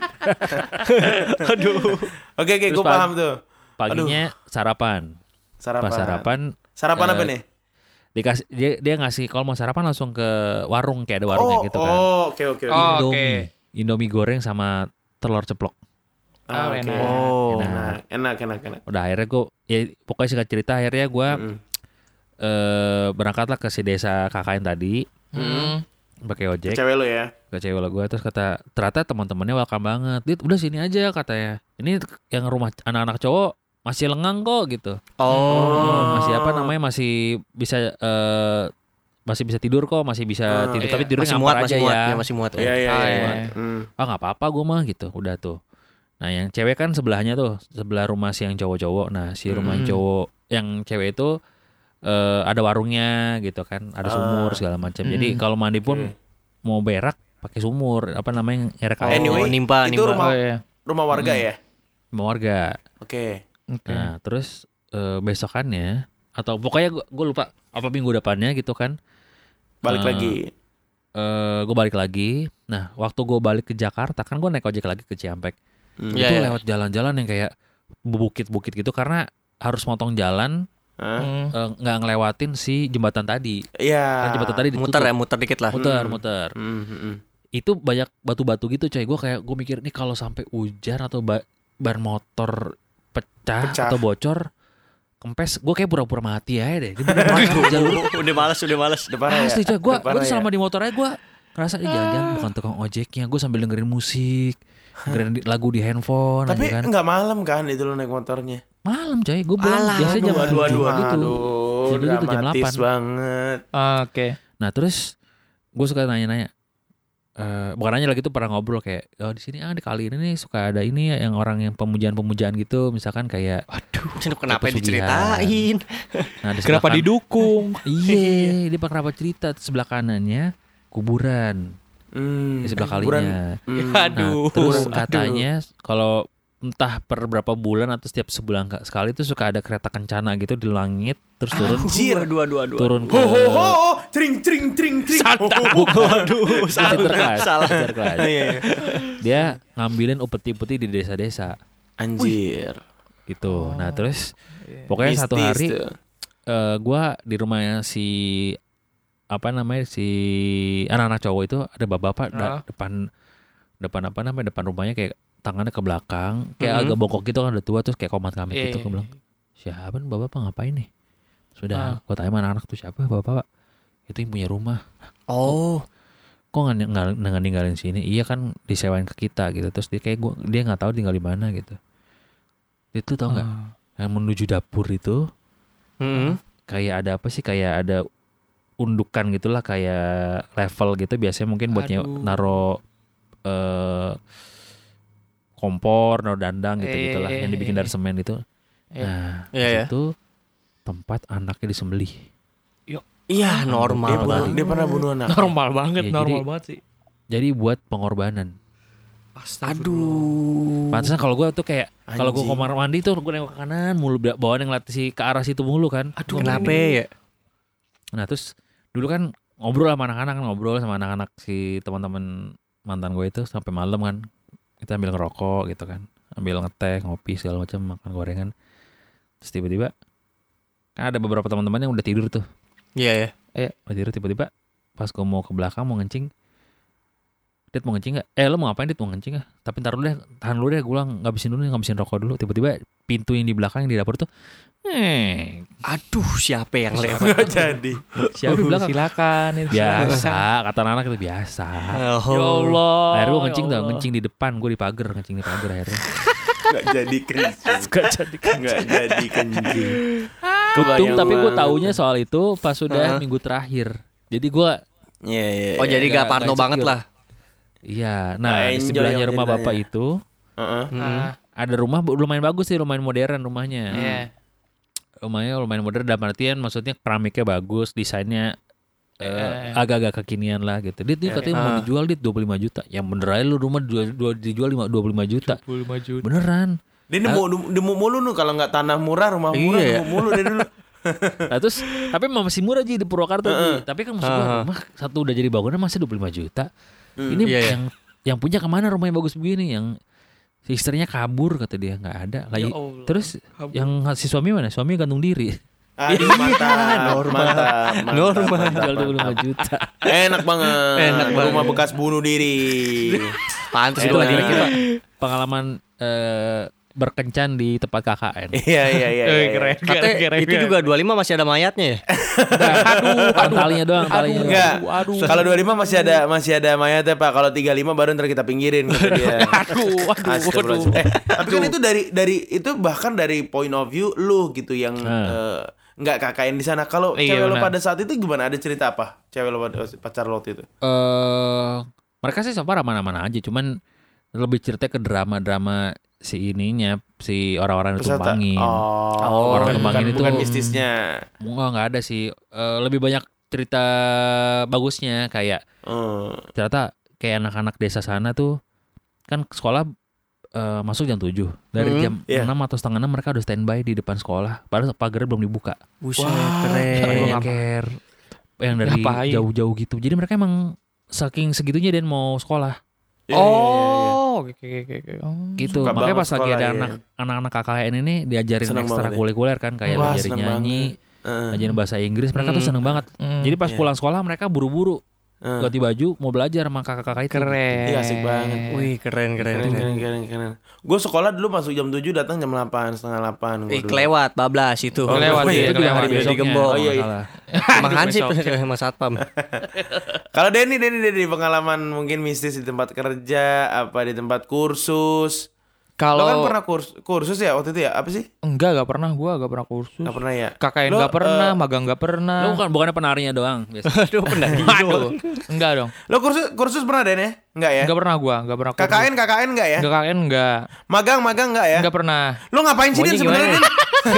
Aduh. Oke, oke, Terus gue pag- paham tuh. Paginya sarapan. Sarapan. Pas sarapan Sarapan eh, apa nih? dikasih dia, dia ngasih kalau mau sarapan langsung ke warung kayak ada warungnya Oh, gitu kan. oh, oke, oke, oke. Oh, Indomie. oke. Indomie goreng sama telur ceplok. Ah, Oh, oke. enak. Oh. Enak, enak, enak, enak. Udah akhirnya gue ya pokoknya singkat cerita akhirnya gue Mm. eh, berangkatlah ke si desa K K N tadi Hmm. pakai ojek Cewek lo ya. ke cewek gue terus kata ternyata teman-temannya welcome banget. Dit udah sini aja katanya. Ini yang rumah anak-anak cowok masih lengang kok gitu. Oh. Masih apa namanya masih bisa eh, masih bisa tidur kok, masih bisa Ah, tidur iya. tapi tidurnya Masih ngampar muat, aja masih muat, ya. ya, masih muat. Iya Ya. iya Ah, iya. iya. Hmm. Ah nggak apa-apa gue mah gitu, udah tuh. Nah yang cewek kan sebelahnya tuh, sebelah rumah si yang cowok-cowok. Nah si rumah yang Hmm. cowok, yang cewek itu eh, ada warungnya gitu kan, ada sumur segala macam. Jadi Hmm. kalau mandi pun Oke. mau berak pakai sumur, apa namanya ngerek air. Anyway, Oh, nimpa, itu nimpa. rumah Oh iya. rumah warga ya. Sama warga. Oke. Oke. Nah terus eh, besokannya atau pokoknya gue lupa apa minggu depannya gitu kan. Balik Eh, lagi. eh gue balik lagi. Nah waktu gue balik ke Jakarta kan gue naik ojek lagi ke Cikampek. Hmm. Iya, Itu iya. lewat jalan-jalan yang kayak bukit-bukit gitu karena harus motong jalan Hah? Hmm. eh, nggak ngelewatin si jembatan tadi. Iya. Kan jembatan tadi ditutup. Muter ya, muter dikit lah. Muter, Hmm. muter. Hmm, hmm, hmm. Itu banyak batu-batu gitu coy. Gue kayak gue mikir nih kalau sampai hujan atau ba- ban motor pecah, Pecah. atau bocor, kempes, gue kayak pura-pura mati aja deh. Dia bener-bener jalur. Udah males, udah males. Udah parah ya? Asli coy, gue Udah gue parah tuh ya? selama di motor aja gue ngerasa ini jangan-jangan bukan tukang ojeknya. Gue sambil dengerin musik, dengerin di- lagu di handphone Tapi aja kan. nggak malam kan itu lo naik motornya? Malam coy, gue pulang Alah, biasanya jam aduh, tujuh aduh, gitu. Aduh, Jadi itu jam dramatis delapan. banget. Oke. Nah terus gue suka nanya-nanya, eh bukan nanya lagi tuh pernah ngobrol kayak, oh di sini ah di kali ini nih suka ada ini ya, yang orang yang pemujaan-pemujaan gitu, misalkan kayak, Kenapa pesugihan. diceritain? nah di sebelah Kenapa kan- didukung? Iya, dia kenapa cerita di sebelah kanannya kuburan Hmm, di sebelah kuburan. kalinya. Hmm. Aduh. Nah, terus aduh. katanya kalau entah per berapa bulan atau setiap sebulan ka- sekali tuh suka ada kereta kencana gitu di langit terus turun Anjir. Aduh, aduh, aduh. turun ke Ho ho ho, ho. Cring cring cring cring. Waduh, salah. Sinterklas, Salah. Sinterklas. Iya, iya. Dia ngambilin upeti-upeti di desa-desa Anjir. gitu. Nah terus pokoknya satu Mistis hari tuh. eh, gua di rumahnya si apa namanya si anak-anak cowok itu ada bapak-bapak da- Ah. depan depan apa namanya depan rumahnya kayak tangannya ke belakang kayak Mhm. agak bongkok gitu kan udah tua terus kayak komat kami gitu Iya, ke iya, belakang. Siapa nih bapak-bapak ngapain nih? Sudah, Ah. gua tanya sama anak-anak tuh siapa bapak-bapak? Itu yang punya rumah. Oh, Kok nggak nggak- nggak ninggalin sini? Iya kan disewain ke kita gitu. Terus dia kayak gua dia nggak tahu tinggal di mana gitu. Itu tau nggak? Ah. Yang menuju dapur itu hmm. kayak ada apa sih kayak ada undukan gitulah kayak level gitu biasanya mungkin buat nye- Aduh. naro eh kompor, naro dandang gitu gitulah Eh, yang dibikin eh, dari semen itu. Eh. Nah, Iya, ya. itu tempat anaknya disembelih. Iya, Dia normal pernah, banget. dia pernah bunuh anak. Normal banget, Iya, normal jadi- banget sih. Jadi buat pengorbanan. Aduh. Pantesan kalau gue tuh kayak kalau gue Anjing. kamar mandi tuh gue nengok ke kanan mulu bawaan yang latih si ke arah situ mulu kan. Aduh, kenapa ya? Nah terus dulu kan ngobrol sama anak-anak kan ngobrol sama anak-anak si teman-teman mantan gue itu sampai malam kan kita ambil ngerokok gitu kan ambil ngeteh ngopi segala macam makan gorengan terus tiba-tiba kan ada beberapa teman-teman yang udah tidur tuh Iya, ya. udah tidur tiba-tiba pas gue mau ke belakang mau ngencing Dit mau ngencing gak? Eh lo mau ngapain Dit mau ngencing gak? Tapi ntar dulu deh tahan dulu deh gue bilang ngabisin dulu nih ngabisin rokok dulu tiba-tiba pintu yang di belakang yang di dapur tuh eh Aduh, siapa yang lewat? Nggak jadi. siapa di belakang Silakan. ini biasa kata anak itu biasa. Oh. Ya Allah. Akhirnya gue ya ngencing dah, Allah. ngencing di depan, gue di pagar, ngencing di pagar akhirnya. Nggak jadi kencing. Gak jadi Nggak jadi kencing. Untung tapi gue banget. taunya soal itu pas sudah Hah? minggu terakhir. Jadi gue, Iya iya. Oh, jadi Nggak- gak parno nggak banget insecure. lah. iya. Nah Nggak di enjoy sebelahnya yang rumah ceritanya. bapak itu Heeh. Ah, ada rumah bu- lumayan bagus sih, lumayan modern rumahnya. Iya. Rumahnya lumayan modern dalam artian maksudnya keramiknya bagus, desainnya eh, Eh. agak-agak kekinian lah gitu. Dit, dia katanya mau Ah. dijual dit dua puluh lima juta. Yang bener aja lu rumah dijual, dijual, dijual lima- dua puluh lima juta. dua puluh lima juta. Beneran. Dia nemu nemu mulu nu kalau nggak tanah murah rumah murah Iya. nemu mulu dia dulu. Nah terus tapi masih murah Ji di Purwakarta Ji. Tapi kan maksud gua Heeh. rumah satu udah jadi bangunan masih dua puluh lima juta. Hmm. Ini Iya, iya. yang yang punya kemana rumah yang bagus begini, yang si istrinya kabur kata dia nggak ada. Lagi Allah. terus yang si suami mana? Suami gantung diri. Aduh, mantap, Normal. mantap, mantap, Normal. mantap, Jual dua puluh lima mantap. juta. Enak banget. Enak banget. Rumah bekas bunuh diri. Pantes Enak. itu lagi Kira-kira pengalaman eh, berkencan di tempat K K N. Iya iya iya. Eh, iya. keren. Katanya itu juga dua puluh lima masih ada mayatnya ya? Aduh, talinya doang, talinya. doang. Enggak. Aduh. Kalau dua puluh lima masih ada masih ada mayatnya Pak. Kalau tiga puluh lima baru ntar kita pinggirin kata dia. Aduh, aduh, Astagfirullahaladzim. aduh. Eh, tapi kan itu dari dari itu bahkan dari point of view lu gitu yang Ah. eh, nggak K K N di sana. Kalau Iya, cewek lo benar. pada saat itu gimana? Ada cerita apa? Cewek lo pada pacar lo waktu itu? Eh, mereka sih so far aman-aman aja, cuman lebih cerita ke drama-drama si ininya, si orang-orang yang Peserta? tumbangin. Oh, orang bukan, tumbangin bukan, itu bukan mistisnya. Enggak, enggak ada sih. Eh, lebih banyak cerita bagusnya, kayak Oh. ternyata kayak anak-anak desa sana tuh kan sekolah eh, masuk jam tujuh. Dari Hmm, jam iya. enam atau setengah enam mereka udah standby di depan sekolah. Padahal pagarnya belum dibuka. Buset, Pada keren. nyeker yang dari Ngapain? jauh-jauh gitu. Jadi mereka emang saking segitunya dan mau sekolah Iya, iya, iya, iya. Oh, oke oke oke oke. Oh. gitu. Suka Makanya banget pas lagi sekolah, ada iya. anak anak-anak K K N ini diajarin Seneng banget ya. ekstrakurikuler kan, kayak Wah, diajarin seneng nyanyi, Heeh. ajarin bahasa Inggris. Mereka tuh Hmm. seneng banget. Hmm. Jadi pas Iya. pulang sekolah mereka buru-buru Heeh. ganti baju mau belajar sama kakak-kakak itu. Keren. Iya, asik banget. Wih, keren keren. Keren, keren, keren, keren. Gue sekolah dulu masuk jam tujuh, datang jam delapan, setengah delapan. gua Eh, dulu. kelewat bablas itu. Oh, Kelewat, iya, iya, Itu juga kelewat. hari Udah besoknya. digembok. Oh, iya, iya. masalah. Emang hansip sama satpam. Kalau Denny, Denny, Denny, pengalaman mungkin mistis di tempat kerja, apa di tempat kursus. Kalau Lo kan pernah kurs, kursus ya waktu itu ya? Apa sih? enggak enggak pernah gua enggak pernah kursus. Gak pernah ya? K K N Lo, enggak pernah, eh, magang enggak pernah. Lu bukan bukannya penarinya doang biasa. Aduh, benar. Aduh. Enggak dong. Lo kursus kursus pernah Den ya? Enggak ya? Enggak pernah gua, enggak pernah K K N, K K N enggak ya? Enggak K K N enggak. Magang, magang enggak ya? Enggak pernah. Lo ngapain sih Maunya Den sebenarnya gimana? Den?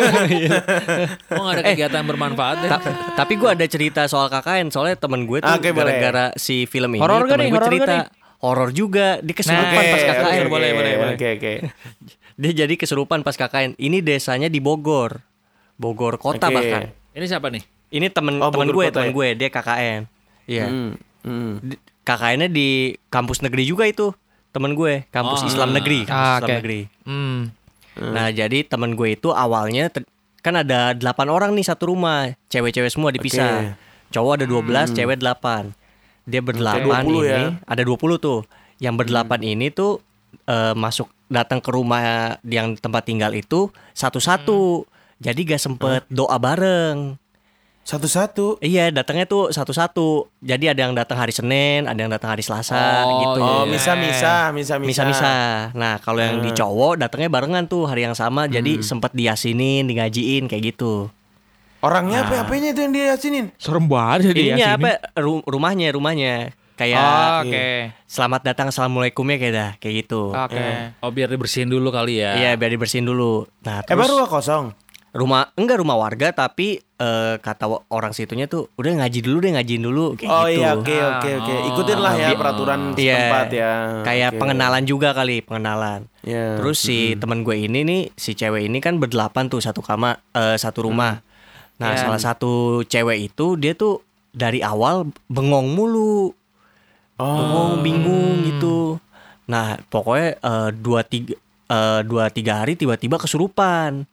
Oh, nggak ada kegiatan bermanfaat deh. Ta- tapi gue ada cerita soal K K N, soalnya temen gue tuh Oke, boleh. gara-gara si film ini Horor gak temen nih? gue Horor gak cerita nih? horor juga, dia kesurupan Nah, pas K K N. oke, boleh, boleh, boleh. Oke, oke. Dia jadi kesurupan pas K K N. Ini desanya di Bogor, Bogor kota Oke. bahkan. Ini siapa nih? Ini temen Oh, temen Bogor gue, kota temen ya? gue, dia K K N. Iya. Hmm, hmm. Di- K K N-nya di kampus negeri juga itu, temen gue, kampus Oh. Islam negeri, kampus Ah, Islam oke. negeri. Hmm. Nah, jadi temen gue itu awalnya ter- kan ada delapan orang nih satu rumah, cewek-cewek semua dipisah. Cowok ada dua belas, cewek delapan. Dia berdelapan dua puluh ini, ya? ada dua puluh tuh. Yang berdelapan ini tuh eh, masuk datang ke rumah yang tempat tinggal itu satu-satu. Jadi gak sempet doa bareng. Satu-satu. Iya, datangnya tuh satu-satu. Jadi ada yang datang hari Senin, ada yang datang hari Selasa Oh, gitu. Oh, Iya. misa-misa, misa-misa. Misa-misa. Nah, kalau yang di cowok datangnya barengan tuh hari yang sama. Jadi sempet diasinin, di ngajiin kayak gitu. Orangnya apa? Apanya itu yang dia yasinin? Serem banget dia Ininya sini. apa? Ru- rumahnya, rumahnya. Kayak Oh, oke. selamat datang, assalamualaikumnya kayak dah, kayak gitu. Oke. Oh, biar dibersihin dulu kali ya. Iya, biar dibersihin dulu. Nah, Emang terus rumah kosong? rumah enggak rumah warga, tapi eh, kata wa- orang situnya tuh udah ngaji dulu deh, ngajiin dulu kayak Oh gitu. iya, oke, oke, oke. Ikutin lah ya Bi- peraturan Iya, setempat ya. kayak Oke. pengenalan juga kali, pengenalan. Iya. Terus si teman gue ini nih, si cewek ini kan berdelapan tuh satu kamar, eh, satu rumah. Nah, Iya. salah satu cewek itu dia tuh dari awal bengong mulu, Oh. bengong, bingung gitu. Nah, pokoknya eh, dua tiga eh, dua tiga hari tiba-tiba kesurupan,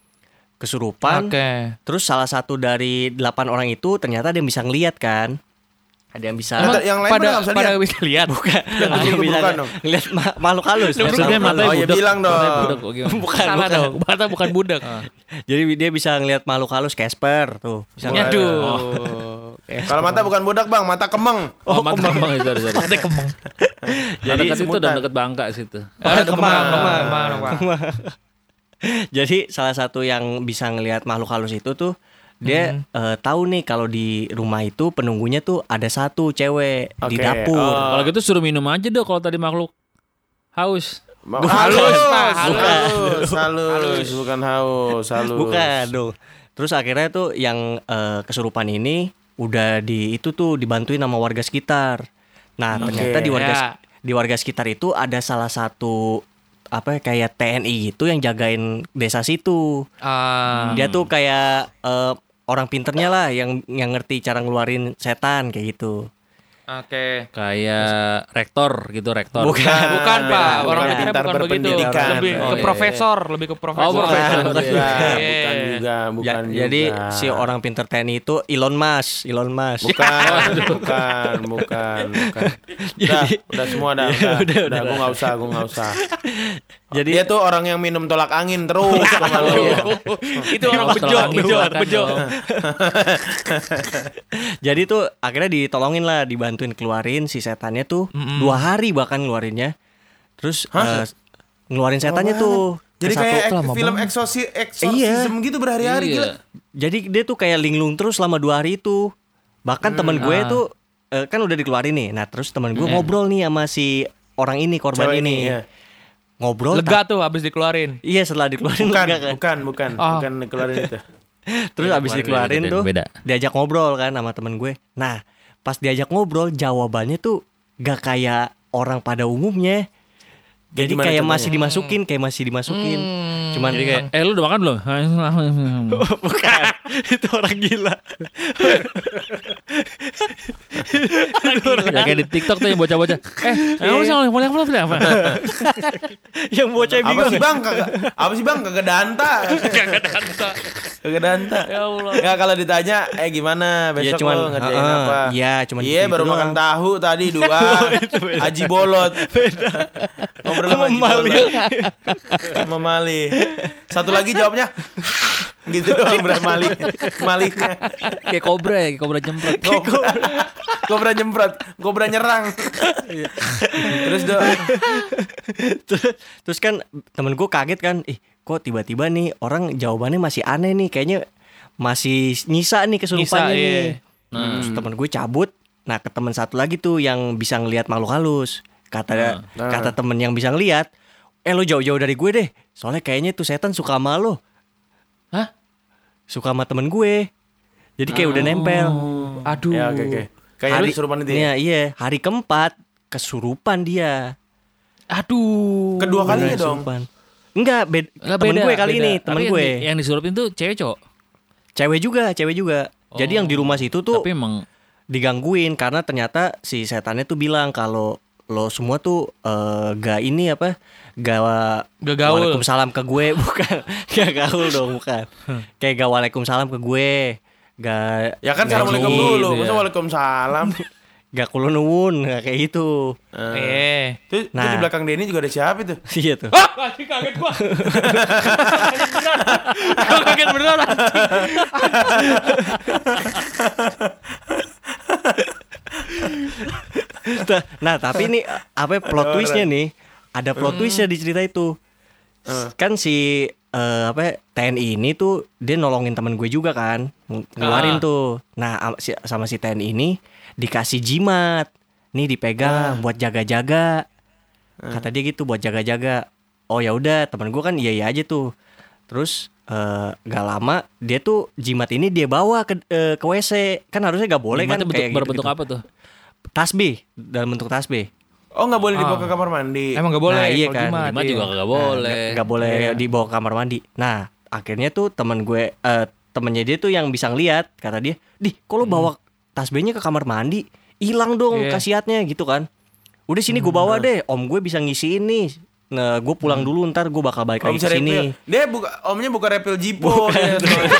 kesurupan. Oke. Terus salah satu dari delapan orang itu ternyata ada yang bisa ngeliat kan, ada yang bisa. Emang yang lain pada pada nggak bisa pada lihat? bisa lihat. Bukan, Jangan ada yang bisa bukan dong. ngeliat ma- makhluk halus. Maksudnya Makhluk matanya Oh, iya, budak. bilang dong. Matanya budak, oh, gimana? Bukan, Salah bukan. dong. Mata bukan budak. Jadi dia bisa ngelihat makhluk halus Casper tuh. Bisa ngeliat. Aduh. Kalau mata bukan budak bang, mata kemeng. Oh, mata kembang itu, sorry, sorry. Mata kembang. Jadi itu semutan. udah deket Bangka situ. Ah, Ada kembang, kemang. kembang, kembang. Jadi salah satu yang bisa ngelihat makhluk halus itu tuh dia eh, tahu nih kalau di rumah itu penunggunya tuh ada satu cewek di Oke, dapur. oh. Kalau gitu suruh minum aja dong kalau tadi makhluk haus. Halus, Halus, Pak, halus, halus, bukan haus, halus. Bukan dong. Terus akhirnya tuh yang eh, kesurupan ini udah di itu tuh dibantuin sama warga sekitar. Nah, ternyata di warga Ya. di warga sekitar itu ada salah satu apa ya, kayak T N I gitu yang jagain desa situ. Ah, Dia tuh kayak eh, orang pinternya lah yang yang ngerti cara ngeluarin setan kayak gitu. Oke. Kayak rektor gitu, rektor. Bukan. Bukan, beda, Pak. bukan Orang pintar pintar bukan begitu. berpendidikan. Lebih Oh, ke iya, profesor, lebih ke profesor. Oh, profesor. Bukan juga, Iya. bukan juga, bukan Ja- juga. Jadi si orang pinter T N I itu Elon Musk, Elon Musk. Bukan, bukan, bukan, bukan. Udah, udah semua dah, udah, udah, udah, gue nggak usah, gue nggak usah. Jadi Dia tuh orang yang minum tolak angin terus sama lu. Itu orang Oh, bejo, tolak bejo, dikeluarkan bejo. dong. jadi tuh akhirnya ditolongin lah, dibantuin keluarin si setannya tuh dua hari bahkan ngeluarinnya. Terus eh, ngeluarin setannya tuh Jadi ke satu- kayak ek- lama film banget. eksosi eksorsism gitu berhari-hari Iya. gila. Jadi dia tuh kayak linglung terus selama dua hari itu. Bahkan temen gue ah. tuh eh, kan udah dikeluarin nih. Nah terus temen gue ngobrol nih sama si orang ini, korban Cewek ini. ini, iya. Ngobrol. Lega tuh abis dikeluarin. Iya setelah dikeluarin Bukan, lega kan. bukan, bukan, Oh. bukan keluarin itu. Terus abis Kemarin dikeluarin beda, tuh beda. diajak ngobrol kan sama temen gue. Nah pas diajak ngobrol jawabannya tuh gak kayak orang pada umumnya. Kayak Jadi gimana kayak contohnya? masih dimasukin, kayak masih dimasukin. Cuman Jadi kayak, eh lu udah makan belum? bukan, itu orang gila. Ya kayak di TikTok tuh yang bocah-bocah. Eh, kamu sih mau lihat belum apa? Yang bocah Apa bingung. sih bang? Kagak, apa sih bang? Kagak danta. Kagak danta. Ya Allah. Nggak kalau ditanya, eh gimana besok Iya, cuman- lo ngerjain Heeh, apa? iya, cuman Iya gitu baru doang. makan tahu tadi dua. Aji bolot. Ngobrol sama Aji Mali. bolot. Sama Mali. Satu lagi jawabnya gitu doang berat Mali. Malinya. Kayak kobra ya, kayak kobra jemprot. Kobra, kobra nyemprot, kobra nyerang. Terus do, terus, terus kan temen gue kaget kan, ih kok tiba-tiba nih orang jawabannya masih aneh nih, kayaknya masih nyisa nih kesurupannya Nyisa, nih. iya. Nah, terus temen gue cabut, nah ke temen satu lagi tuh yang bisa ngelihat makhluk halus, kata Nah. kata temen yang bisa ngelihat, eh lo jauh-jauh dari gue deh, soalnya kayaknya tuh setan suka sama lo. Hah? Suka sama temen gue, jadi kayak udah nempel. Aduh. ya oke oke. Kayak lu kesurupan itu ya. Iya, iya, hari keempat kesurupan dia. Aduh. Kedua kalinya Beneran dong. kesurupan. Enggak, bed- Nggak, temen beda, gue kali beda. ini, Tapi temen yang gue. di- Yang disurupin tuh cewek cowok. Cewek juga, cewek juga. Jadi yang di rumah situ tuh Tapi emang digangguin karena ternyata si setannya tuh bilang kalau lo semua tuh eh, gak ini apa, gak Gak gaul. Waalaikumsalam ke gue, bukan, gak gaul dong, bukan. Kayak gak waalaikumsalam ke gue, gak Ya kan gak assalamualaikum ini, dulu, gitu masa ya. waalaikumsalam. gak kulunun, gak kayak gitu. Eh. Itu, itu Nah. di belakang Denny juga ada siapa itu? Iya tuh. Ah, anjing kaget gua. Kaget beneran. Gua kaget beneran. Nah tapi ini apa ya, plot twistnya nih, ada plot twistnya di cerita itu. Kan si eh, apa ya, T N I ini tuh dia nolongin temen gue juga kan, ng- ngeluarin Ah. tuh. Nah am- si- sama si T N I ini dikasih jimat, nih dipegang buat jaga-jaga. Kata dia gitu buat jaga-jaga. Oh ya udah, temen gue kan iya iya aja tuh. Terus eh, gak lama dia tuh jimat ini dia bawa ke eh, ke W C. Kan harusnya gak boleh kan jimatnya bentuk, kayak berbentuk gitu-gitu. apa tuh? Tasbih, dalam bentuk tasbih. Oh nggak boleh dibawa Ah. ke kamar mandi. Emang gak boleh Nah, iya kalau kan. jimat, Jimat iya. juga kagak boleh. Nah, nggak boleh dibawa ke kamar mandi. Nah, akhirnya tuh temen gue, eh, temennya dia tuh yang bisa ngeliat, kata dia, "Dih, kok lo bawa tasbihnya ke kamar mandi? Hilang dong Iya. khasiatnya," gitu kan. Udah sini gue bawa deh, om gue bisa ngisi ini. Nah, gue pulang dulu, ntar gue bakal balik Om lagi ke sini. refill. Dia buka, omnya buka refill Jipo. dia.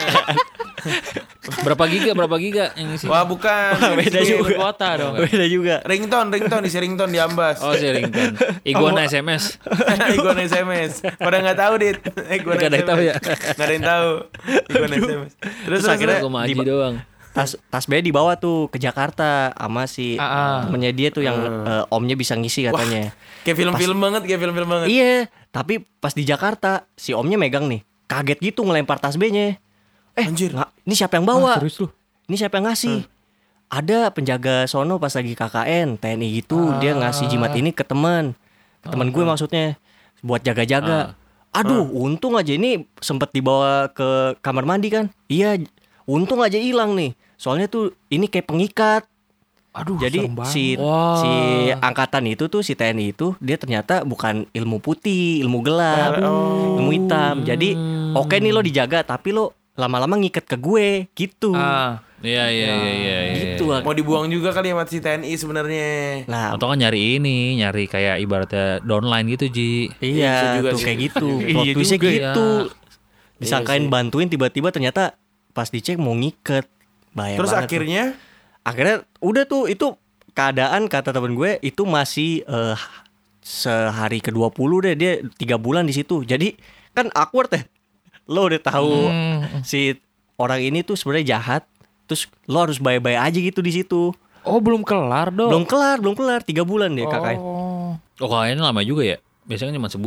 Berapa giga? Berapa giga yang isi? Wah bukan. Beda Ini juga. Kuota dong. Beda juga. Ringtone, ringtone di ringtone di ambas. Oh, si ringtone. Iguana S M S. Iguana S M S. Pada nggak tahu dit. Iguana Nggak ada yang tahu ya? Nggak ada yang tahu. Iguana S M S. Terus Terus terus akhirnya Gue maji di- doang. Tas tas B dibawa tuh ke Jakarta sama si Ah, ah. temennya dia tuh yang eh, omnya bisa ngisi katanya. kayak film-film banget, kayak film-film banget. Iya, tapi pas di Jakarta si omnya megang nih, kaget gitu ngelempar tas B-nya. Eh, Anjir. nggak- ini siapa yang bawa? Serius lu? Ini siapa yang ngasih? Ada penjaga sono pas lagi K K N T N I gitu, dia ngasih jimat ini ke teman, ke teman gue maksudnya, buat jaga-jaga. Aduh, untung aja ini sempet dibawa ke kamar mandi kan? Iya, untung aja hilang nih. Soalnya tuh ini kayak pengikat. Aduh, Jadi serem banget. si Wah. si angkatan itu tuh si T N I itu dia ternyata bukan ilmu putih, ilmu gelap, ilmu hitam. Jadi oke nih lo dijaga tapi lo lama-lama ngikat ke gue gitu. Ah. Iya, iya, iya, iya. iya. Gitu. Mau dibuang juga kali sama si T N I sebenarnya. Nah, Atau kan nyari ini, nyari kayak ibaratnya downline gitu, Ji. iya Bisa juga tuh sih. kayak gitu. Iya Plot twistnya juga ya. gitu. Disangkain Iya sih. bantuin tiba-tiba ternyata pas dicek mau ngiket. Bahaya Terus banget tuh. akhirnya Akhirnya udah tuh itu keadaan kata temen gue itu masih eh, sehari ke dua puluh deh, dia tiga bulan di situ. Jadi kan awkward ya. Lo udah tahu Hmm. si orang ini tuh sebenarnya jahat. Terus lo harus bye-bye aja gitu di situ. Oh, belum kelar dong. Belum kelar, belum kelar tiga bulan dia kakaknya. Oh. Oh, kayaknya lama juga ya. Biasanya cuma sebulan nih.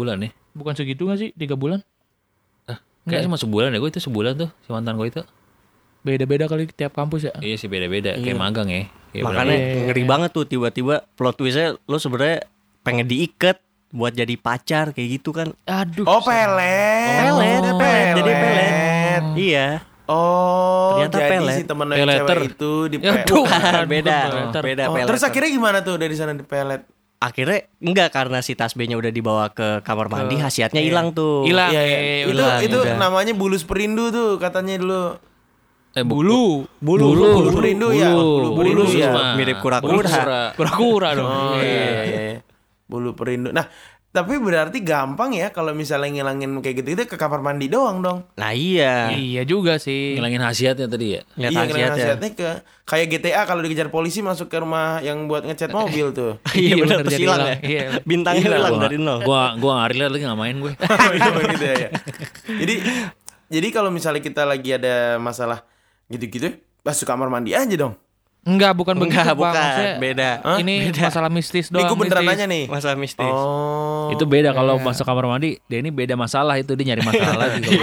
Bukan segitu gak sih? Tiga bulan? Kayaknya cuma sebulan ya gue itu sebulan tuh si mantan gue itu. Beda-beda kali tiap kampus ya. Iya sih beda-beda Iya. kayak magang ya. Kayak Makanya Iya. ngeri banget tuh tiba-tiba plot twistnya lo sebenarnya pengen diikat buat jadi pacar kayak gitu kan. Aduh. Oh pelet. Pelet, Oh, pelet, jadi pelet. Iya. Oh, Ternyata jadi pelet. si temen Peleter. cewek itu di Ya, pelet. aduh. Bukan, beda, Pelet. beda Oh, pelet. terus akhirnya gimana tuh dari sana di pelet? Akhirnya enggak karena si tasbihnya udah dibawa ke kamar mandi, khasiatnya hilang tuh. Hilang. Iya, iya. Eh, Itu hilang, itu udah. namanya bulus perindu tuh katanya dulu. Eh, bu- Bulu. Bulu, Bulu. Bulu perindu ya. Bulu. Bulu Bulu ya. mah. mirip kura-kura. Kura-kura. Kura-kura dong. Oh iya iya iya. Bulu perindu. Nah, tapi berarti gampang ya kalau misalnya ngilangin kayak gitu itu ke kamar mandi doang dong. Nah iya. Iya juga sih. Ngilangin khasiatnya tadi ya. Lihat Iya, ngilangin khasiatnya. khasiatnya ke kayak G T A kalau dikejar polisi masuk ke rumah yang buat ngecat mobil tuh. Iya Iya, benar bener, terus jadi hilang hilang. ya. Iya. Bintangnya Gila, hilang gua- dari nol. Gua gua nggak relate lagi nggak main gue. Gitu, gitu ya, ya. Jadi jadi kalau misalnya kita lagi ada masalah gitu-gitu, masuk kamar mandi aja dong. Enggak, bukan begitu, Enggak, Bang. bukan. Maksudnya, Beda. Ini masalah mistis doang. Nih gue beneran mistis. nanya nih. Masalah mistis. Oh. Itu beda kalau masuk kamar mandi, dia ini beda masalah itu dia nyari masalah gitu.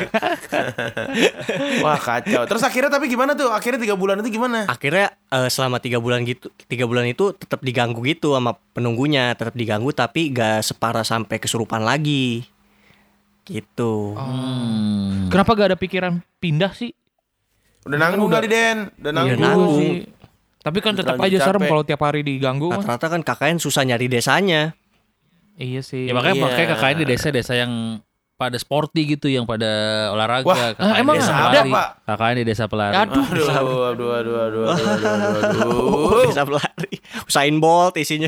Wah kacau. Terus akhirnya tapi gimana tuh? Akhirnya tiga bulan itu gimana? Akhirnya eh, selama tiga bulan gitu, tiga bulan itu tetap diganggu gitu sama penunggunya, tetap diganggu tapi gak separah sampai kesurupan lagi. Gitu. Hmm. Kenapa gak ada pikiran pindah sih? Udah nanggung kali Den. Udah nanggung. nanggung. sih. Tapi kan tetap Terlanjur aja serem capek. kalau tiap hari diganggu. mah. Rata-rata kan K K N susah nyari desanya. Iya sih. Ya makanya Iya. makanya K K N di desa-desa yang pada sporty gitu, yang pada olahraga. Wah, K K N ah, emang desa ada, pelari. Pak? K K N di desa pelari. Aduh. Aduh, aduh, aduh, aduh, aduh, aduh, aduh, aduh. Bisa pelari. Usain Bolt isinya.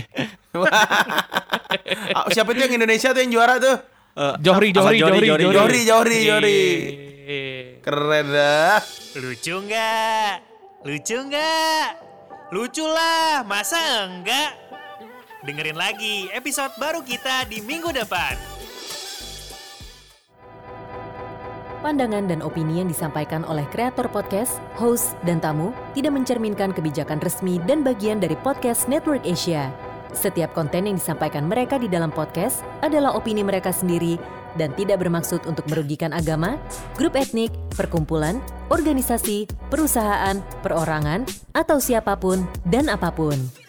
Ah, siapa itu yang Indonesia tuh yang juara tuh? Johri, Johri, Sama Johri, Johri, Johri. Johri, Johri, Johri. Iya. Keren dah. Lucu nggak? Lucu nggak? Lucu lah, masa enggak? Dengerin lagi episode baru kita di minggu depan. Pandangan dan opini yang disampaikan oleh kreator podcast, host, dan tamu tidak mencerminkan kebijakan resmi dan bagian dari Podcast Network Asia. Setiap konten yang disampaikan mereka di dalam podcast adalah opini mereka sendiri dan tidak bermaksud untuk merugikan agama, grup etnik, perkumpulan, organisasi, perusahaan, perorangan, atau siapapun dan apapun.